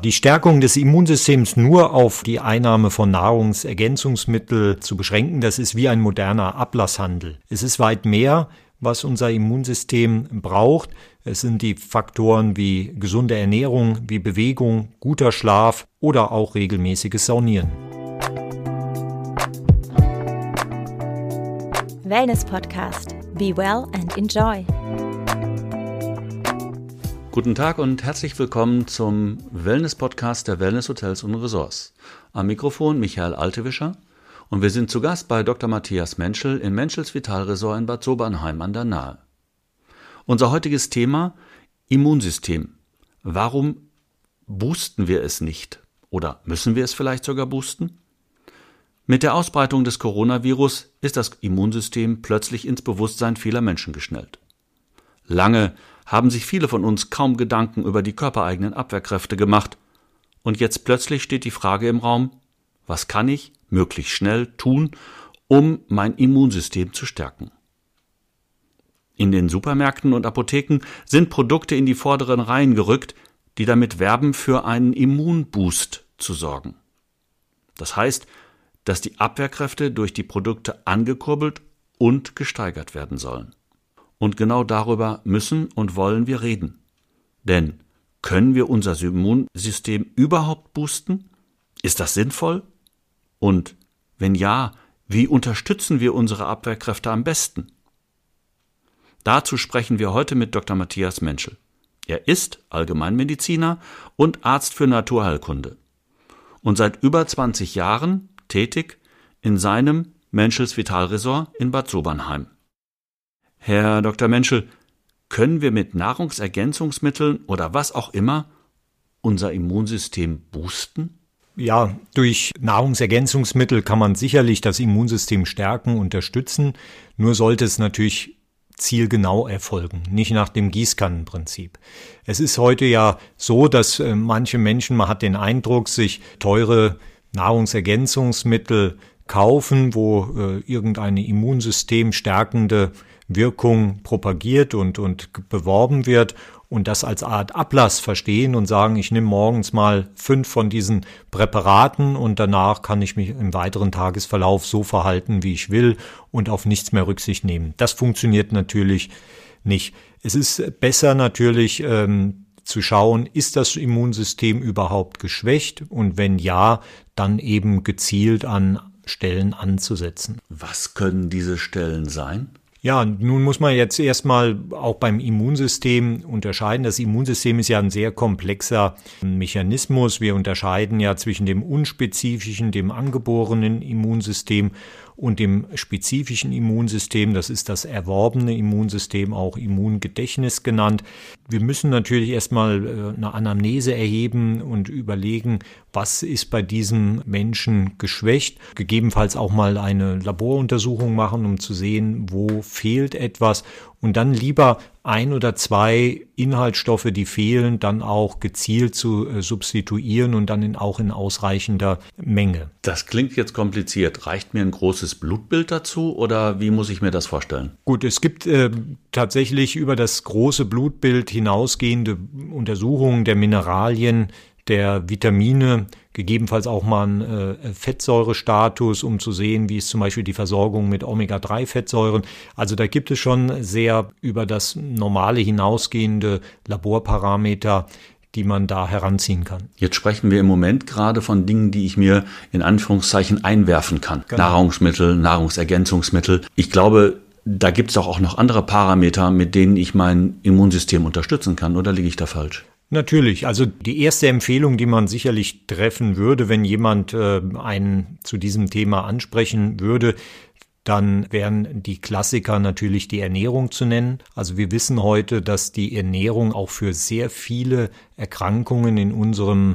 die Stärkung des Immunsystems nur auf die Einnahme von Nahrungsergänzungsmitteln zu beschränken, das ist wie ein moderner Ablasshandel. Es ist weit mehr, was unser Immunsystem braucht. Es sind die Faktoren wie gesunde Ernährung, wie Bewegung, guter Schlaf oder auch regelmäßiges Saunieren. Wellness Podcast. Be well and enjoy. Guten Tag und herzlich willkommen zum Wellness-Podcast der Wellness Hotels und Resorts. Am Mikrofon Michael Altewischer und wir sind zu Gast bei Dr. Matthias Menschel im Menschels Vitalresort in Bad Sobernheim an der Nahe. Unser heutiges Thema: Immunsystem. Warum boosten wir es nicht? Oder müssen wir es vielleicht sogar boosten? Mit der Ausbreitung des Coronavirus ist das Immunsystem plötzlich ins Bewusstsein vieler Menschen geschnellt. Lange haben sich viele von uns kaum Gedanken über die körpereigenen Abwehrkräfte gemacht. Und jetzt plötzlich steht die Frage im Raum: Was kann ich möglichst schnell tun, um mein Immunsystem zu stärken? In den Supermärkten und Apotheken sind Produkte in die vorderen Reihen gerückt, die damit werben, für einen Immunboost zu sorgen. Das heißt, dass die Abwehrkräfte durch die Produkte angekurbelt und gesteigert werden sollen. Und genau darüber müssen und wollen wir reden. Denn können wir unser Immunsystem überhaupt boosten? Ist das sinnvoll? Und wenn ja, wie unterstützen wir unsere Abwehrkräfte am besten? Dazu sprechen wir heute mit Dr. Matthias Menschel. Er ist Allgemeinmediziner und Arzt für Naturheilkunde und seit über 20 Jahren tätig in seinem Menschels Vitalresort in Bad Sobernheim. Herr Dr. Menschel, können wir mit Nahrungsergänzungsmitteln oder was auch immer unser Immunsystem boosten? Ja, durch Nahrungsergänzungsmittel kann man sicherlich das Immunsystem stärken, unterstützen. Nur sollte es natürlich zielgenau erfolgen, nicht nach dem Gießkannenprinzip. Es ist heute ja so, dass manche Menschen, man hat den Eindruck, sich teure Nahrungsergänzungsmittel kaufen, wo irgendeine Immunsystem stärkende Wirkung propagiert und beworben wird und das als Art Ablass verstehen und sagen, ich nehme morgens mal 5 von diesen Präparaten und danach kann ich mich im weiteren Tagesverlauf so verhalten, wie ich will und auf nichts mehr Rücksicht nehmen. Das funktioniert natürlich nicht. Es ist besser natürlich zu schauen, ist das Immunsystem überhaupt geschwächt und wenn ja, dann eben gezielt an Stellen anzusetzen. Was können diese Stellen sein? Ja, nun muss man jetzt erstmal auch beim Immunsystem unterscheiden. Das Immunsystem ist ja ein sehr komplexer Mechanismus. Wir unterscheiden ja zwischen dem unspezifischen, dem angeborenen Immunsystem und dem spezifischen Immunsystem. Das ist das erworbene Immunsystem, auch Immungedächtnis genannt. Wir müssen natürlich erstmal eine Anamnese erheben und überlegen, was ist bei diesem Menschen geschwächt. Gegebenenfalls auch mal eine Laboruntersuchung machen, um zu sehen, wo fehlt etwas. Und dann lieber 1 oder 2 Inhaltsstoffe, die fehlen, dann auch gezielt zu substituieren und dann auch in ausreichender Menge. Das klingt jetzt kompliziert. Reicht mir ein großes Blutbild dazu oder wie muss ich mir das vorstellen? Gut, es gibt tatsächlich über das große Blutbild hinausgehende Untersuchungen der Mineralien, der Vitamine, gegebenenfalls auch mal einen Fettsäurestatus, um zu sehen, wie ist zum Beispiel die Versorgung mit Omega-3-Fettsäuren. Also da gibt es schon sehr über das Normale hinausgehende Laborparameter, die man da heranziehen kann. Jetzt sprechen wir im Moment gerade von Dingen, die ich mir in Anführungszeichen einwerfen kann. Genau. Nahrungsmittel, Nahrungsergänzungsmittel. Ich glaube, da gibt es auch noch andere Parameter, mit denen ich mein Immunsystem unterstützen kann. Oder liege ich da falsch? Natürlich. Also die erste Empfehlung, die man sicherlich treffen würde, wenn jemand einen zu diesem Thema ansprechen würde, dann wären die Klassiker natürlich die Ernährung zu nennen. Also wir wissen heute, dass die Ernährung auch für sehr viele Erkrankungen in unseren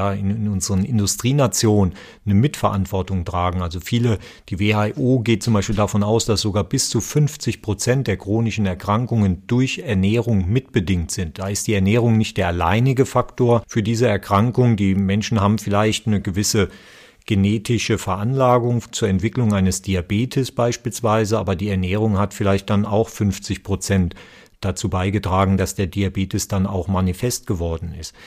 Industrienationen eine Mitverantwortung tragen. Also die WHO geht zum Beispiel davon aus, dass sogar bis zu 50% der chronischen Erkrankungen durch Ernährung mitbedingt sind. Da ist die Ernährung nicht der alleinige Faktor für diese Erkrankung. Die Menschen haben vielleicht eine gewisse genetische Veranlagung zur Entwicklung eines Diabetes beispielsweise, aber die Ernährung hat vielleicht dann auch 50% dazu beigetragen, dass der Diabetes dann auch manifest geworden ist.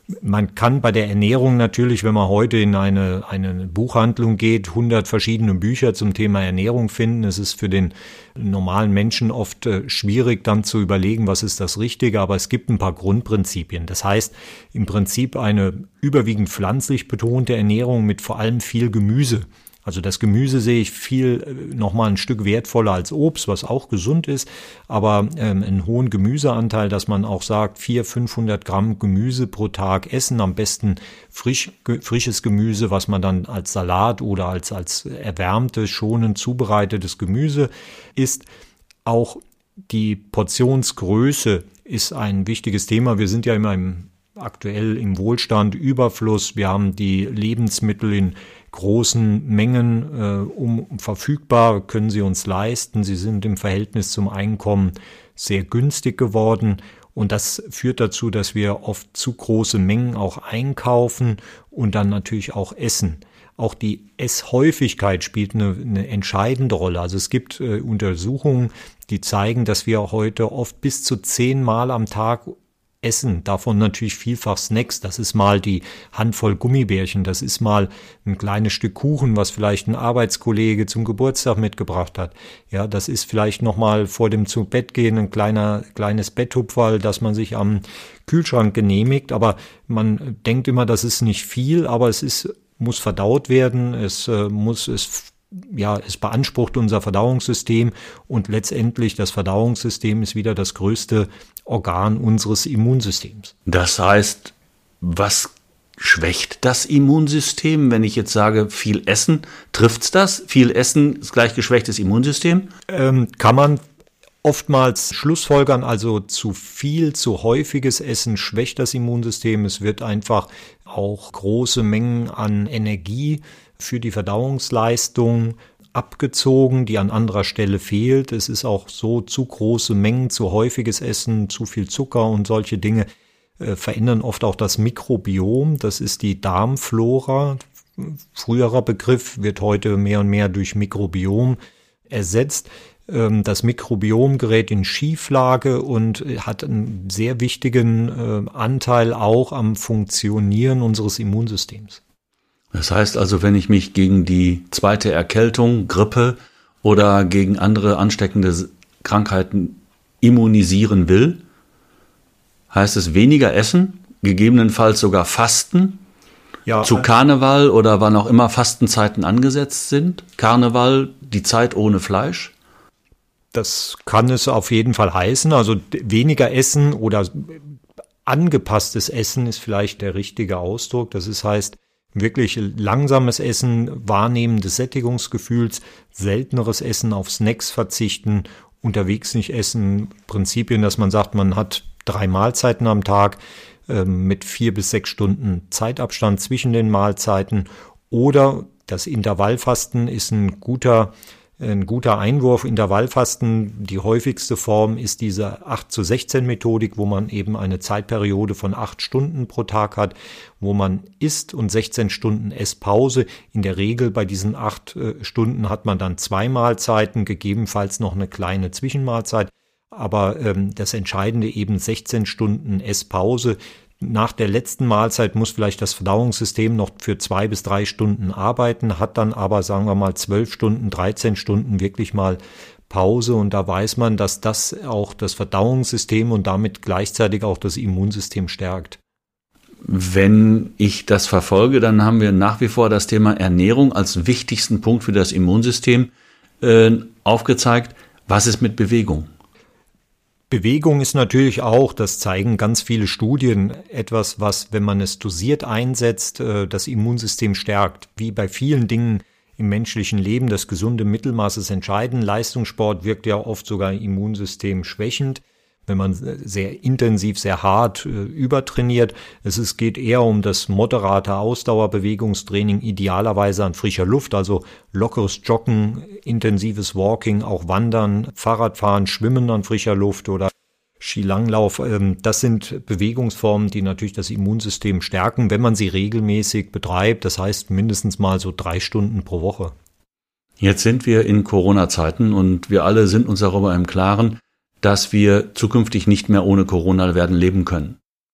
Man kann bei der Ernährung natürlich, wenn man heute in eine Buchhandlung geht, 100 verschiedene Bücher zum Thema Ernährung finden. Es ist für den normalen Menschen oft schwierig, dann zu überlegen, was ist das Richtige, aber es gibt ein paar Grundprinzipien. Das heißt, im Prinzip eine überwiegend pflanzlich betonte Ernährung mit vor allem viel Gemüse. Also das Gemüse sehe ich nochmal ein Stück wertvoller als Obst, was auch gesund ist, aber einen hohen Gemüseanteil, dass man auch sagt, 400-500 Gramm Gemüse pro Tag essen, am besten frisches Gemüse, was man dann als Salat oder als erwärmtes, schonend zubereitetes Gemüse isst. Auch die Portionsgröße ist ein wichtiges Thema. Wir sind ja immer aktuell im Wohlstand, Überfluss. Wir haben die Lebensmittel in großen Mengen verfügbar, können sie uns leisten. Sie sind im Verhältnis zum Einkommen sehr günstig geworden. Und das führt dazu, dass wir oft zu große Mengen auch einkaufen und dann natürlich auch essen. Auch die Esshäufigkeit spielt eine entscheidende Rolle. Also es gibt Untersuchungen, die zeigen, dass wir heute oft bis zu 10 Mal am Tag essen, davon natürlich vielfach Snacks. Das ist mal die Handvoll Gummibärchen, das ist mal ein kleines Stück Kuchen, was vielleicht ein Arbeitskollege zum Geburtstag mitgebracht hat. Ja, das ist vielleicht noch mal vor dem zu Bett gehen ein kleines Betthupferl, das man sich am Kühlschrank genehmigt. Aber man denkt immer, das ist nicht viel, aber es muss verdaut werden. Es beansprucht unser Verdauungssystem und letztendlich das Verdauungssystem ist wieder das größte Organ unseres Immunsystems. Das heißt, was schwächt das Immunsystem, wenn ich jetzt sage, viel Essen? Trifft's das? Viel Essen ist gleich geschwächtes Immunsystem? Kann man oftmals schlussfolgern, also zu viel, zu häufiges Essen schwächt das Immunsystem. Es wird einfach auch große Mengen an Energie für die Verdauungsleistung abgezogen, die an anderer Stelle fehlt. Es ist auch so, zu große Mengen, zu häufiges Essen, zu viel Zucker und solche Dinge verändern oft auch das Mikrobiom. Das ist die Darmflora. Früherer Begriff wird heute mehr und mehr durch Mikrobiom ersetzt. Das Mikrobiom gerät in Schieflage und hat einen sehr wichtigen Anteil auch am Funktionieren unseres Immunsystems. Das heißt also, wenn ich mich gegen die zweite Erkältung, Grippe oder gegen andere ansteckende Krankheiten immunisieren will, heißt es weniger essen, gegebenenfalls sogar fasten, zu Karneval oder wann auch immer Fastenzeiten angesetzt sind. Karneval, die Zeit ohne Fleisch. Das kann es auf jeden Fall heißen. Also weniger Essen oder angepasstes Essen ist vielleicht der richtige Ausdruck. Das heißt, wirklich langsames Essen, Wahrnehmen des Sättigungsgefühls, selteneres Essen, auf Snacks verzichten, unterwegs nicht essen. Prinzipien, dass man sagt, man hat 3 Mahlzeiten am Tag mit 4 bis 6 Stunden Zeitabstand zwischen den Mahlzeiten. Oder das Intervallfasten ist ein guter Einwurf. Intervallfasten, die häufigste Form ist diese 8:16-Methodik, wo man eben eine Zeitperiode von 8 Stunden pro Tag hat, wo man isst und 16 Stunden Esspause. In der Regel bei diesen 8 Stunden hat man dann 2 Mahlzeiten, gegebenenfalls noch eine kleine Zwischenmahlzeit. Aber das Entscheidende eben 16 Stunden Esspause. Nach der letzten Mahlzeit muss vielleicht das Verdauungssystem noch für 2 bis 3 Stunden arbeiten, hat dann aber, sagen wir mal, 12 Stunden, 13 Stunden wirklich mal Pause. Und da weiß man, dass das auch das Verdauungssystem und damit gleichzeitig auch das Immunsystem stärkt. Wenn ich das verfolge, dann haben wir nach wie vor das Thema Ernährung als wichtigsten Punkt für das Immunsystem aufgezeigt. Was ist mit Bewegung? Bewegung ist natürlich auch, das zeigen ganz viele Studien, etwas, was, wenn man es dosiert einsetzt, das Immunsystem stärkt. Wie bei vielen Dingen im menschlichen Leben, das gesunde Mittelmaß ist entscheidend. Leistungssport wirkt ja oft sogar Immunsystem schwächend, wenn man sehr intensiv, sehr hart übertrainiert. Es geht eher um das moderate Ausdauerbewegungstraining, idealerweise an frischer Luft, also lockeres Joggen, intensives Walking, auch Wandern, Fahrradfahren, Schwimmen an frischer Luft oder Skilanglauf. Das sind Bewegungsformen, die natürlich das Immunsystem stärken, wenn man sie regelmäßig betreibt. Das heißt mindestens mal so 3 Stunden pro Woche. Jetzt sind wir in Corona-Zeiten und wir alle sind uns darüber im Klaren, dass wir zukünftig nicht mehr ohne Corona werden leben können.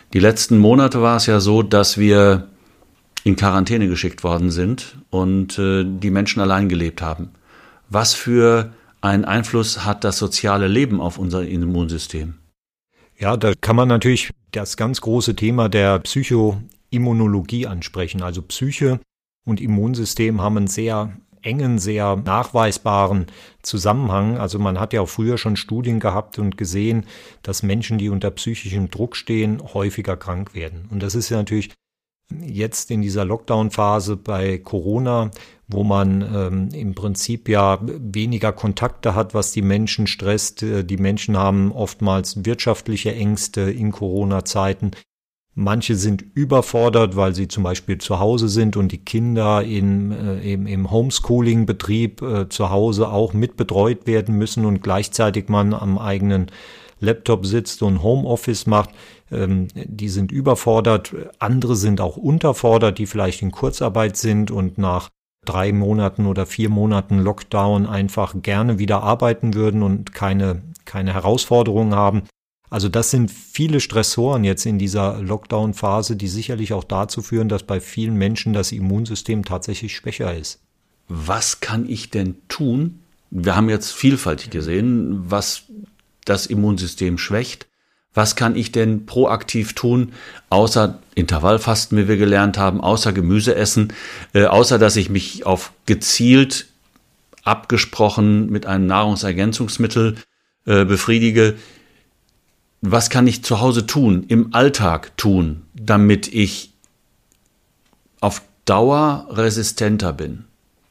Die letzten Monate war es ja so, dass wir in Quarantäne geschickt worden sind und die Menschen allein gelebt haben. Was für einen Einfluss hat das soziale Leben auf unser Immunsystem? Ja, da kann man natürlich das ganz große Thema der Psychoimmunologie ansprechen. Also Psyche und Immunsystem haben einen sehr engen, sehr nachweisbaren Zusammenhang. Also man hat ja auch früher schon Studien gehabt und gesehen, dass Menschen, die unter psychischem Druck stehen, häufiger krank werden. Und das ist ja natürlich jetzt in dieser Lockdown-Phase bei Corona, wo man im Prinzip ja weniger Kontakte hat, was die Menschen stresst. Die Menschen haben oftmals wirtschaftliche Ängste in Corona-Zeiten. Manche sind überfordert, weil sie zum Beispiel zu Hause sind und die Kinder im Homeschooling-Betrieb zu Hause auch mit betreut werden müssen und gleichzeitig man am eigenen Laptop sitzt und Homeoffice macht. Die sind überfordert. Andere sind auch unterfordert, die vielleicht in Kurzarbeit sind und nach 3 Monaten oder 4 Monaten Lockdown einfach gerne wieder arbeiten würden und keine Herausforderungen haben. Also das sind viele Stressoren jetzt in dieser Lockdown-Phase, die sicherlich auch dazu führen, dass bei vielen Menschen das Immunsystem tatsächlich schwächer ist. Was kann ich denn tun? Wir haben jetzt vielfältig gesehen, was das Immunsystem schwächt. Was kann ich denn proaktiv tun, außer Intervallfasten, wie wir gelernt haben, außer Gemüse essen, außer dass ich mich auf gezielt abgesprochen mit einem Nahrungsergänzungsmittel befriedige? Was kann ich zu Hause tun, im Alltag tun, damit ich auf Dauer resistenter bin?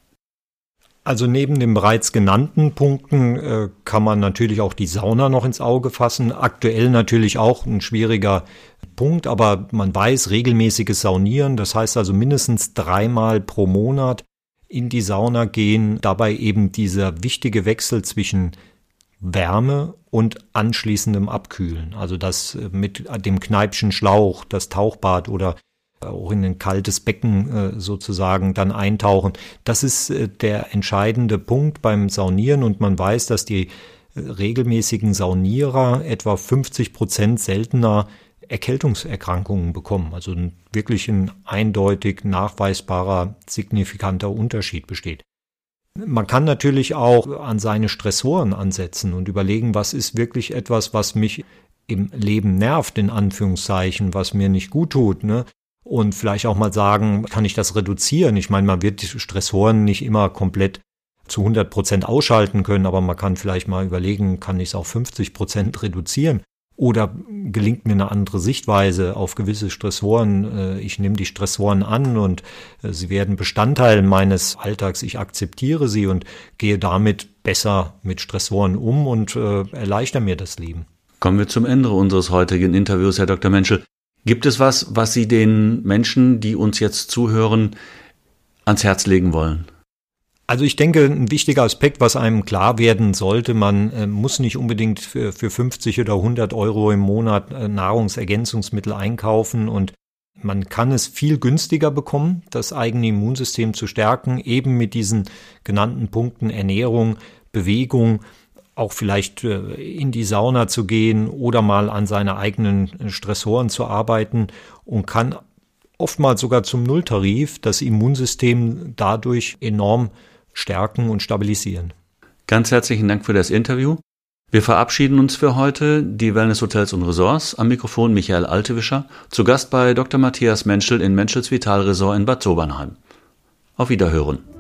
Also neben den bereits genannten Punkten kann man natürlich auch die Sauna noch ins Auge fassen. Aktuell natürlich auch ein schwieriger Punkt, aber man weiß, regelmäßiges Saunieren, das heißt also mindestens 3-mal pro Monat in die Sauna gehen, dabei eben dieser wichtige Wechsel zwischen Wärme und anschließendem Abkühlen. Also das mit dem Kneippschen Schlauch, das Tauchbad oder auch in ein kaltes Becken sozusagen dann eintauchen. Das ist der entscheidende Punkt beim Saunieren und man weiß, dass die regelmäßigen Saunierer etwa 50% seltener Erkältungserkrankungen bekommen. Also wirklich ein eindeutig nachweisbarer, signifikanter Unterschied besteht. Man kann natürlich auch an seine Stressoren ansetzen und überlegen, was ist wirklich etwas, was mich im Leben nervt, in Anführungszeichen, was mir nicht gut tut, ne? Und vielleicht auch mal sagen, kann ich das reduzieren? Ich meine, man wird die Stressoren nicht immer komplett zu 100% ausschalten können, aber man kann vielleicht mal überlegen, kann ich es auf 50% reduzieren? Oder gelingt mir eine andere Sichtweise auf gewisse Stressoren? Ich nehme die Stressoren an und sie werden Bestandteil meines Alltags. Ich akzeptiere sie und gehe damit besser mit Stressoren um und erleichter mir das Leben. Kommen wir zum Ende unseres heutigen Interviews, Herr Dr. Menschel. Gibt es was Sie den Menschen, die uns jetzt zuhören, ans Herz legen wollen? Also ich denke, ein wichtiger Aspekt, was einem klar werden sollte, man muss nicht unbedingt für 50 oder 100 Euro im Monat Nahrungsergänzungsmittel einkaufen und man kann es viel günstiger bekommen, das eigene Immunsystem zu stärken, eben mit diesen genannten Punkten Ernährung, Bewegung, auch vielleicht in die Sauna zu gehen oder mal an seine eigenen Stressoren zu arbeiten und kann oftmals sogar zum Nulltarif das Immunsystem dadurch enorm stärken und stabilisieren. Ganz herzlichen Dank für das Interview. Wir verabschieden uns für heute. Die Wellness Hotels und Resorts. Am Mikrofon Michael Altewischer. Zu Gast bei Dr. Matthias Menschel in Menschels Vital Resort in Bad Sobernheim. Auf Wiederhören.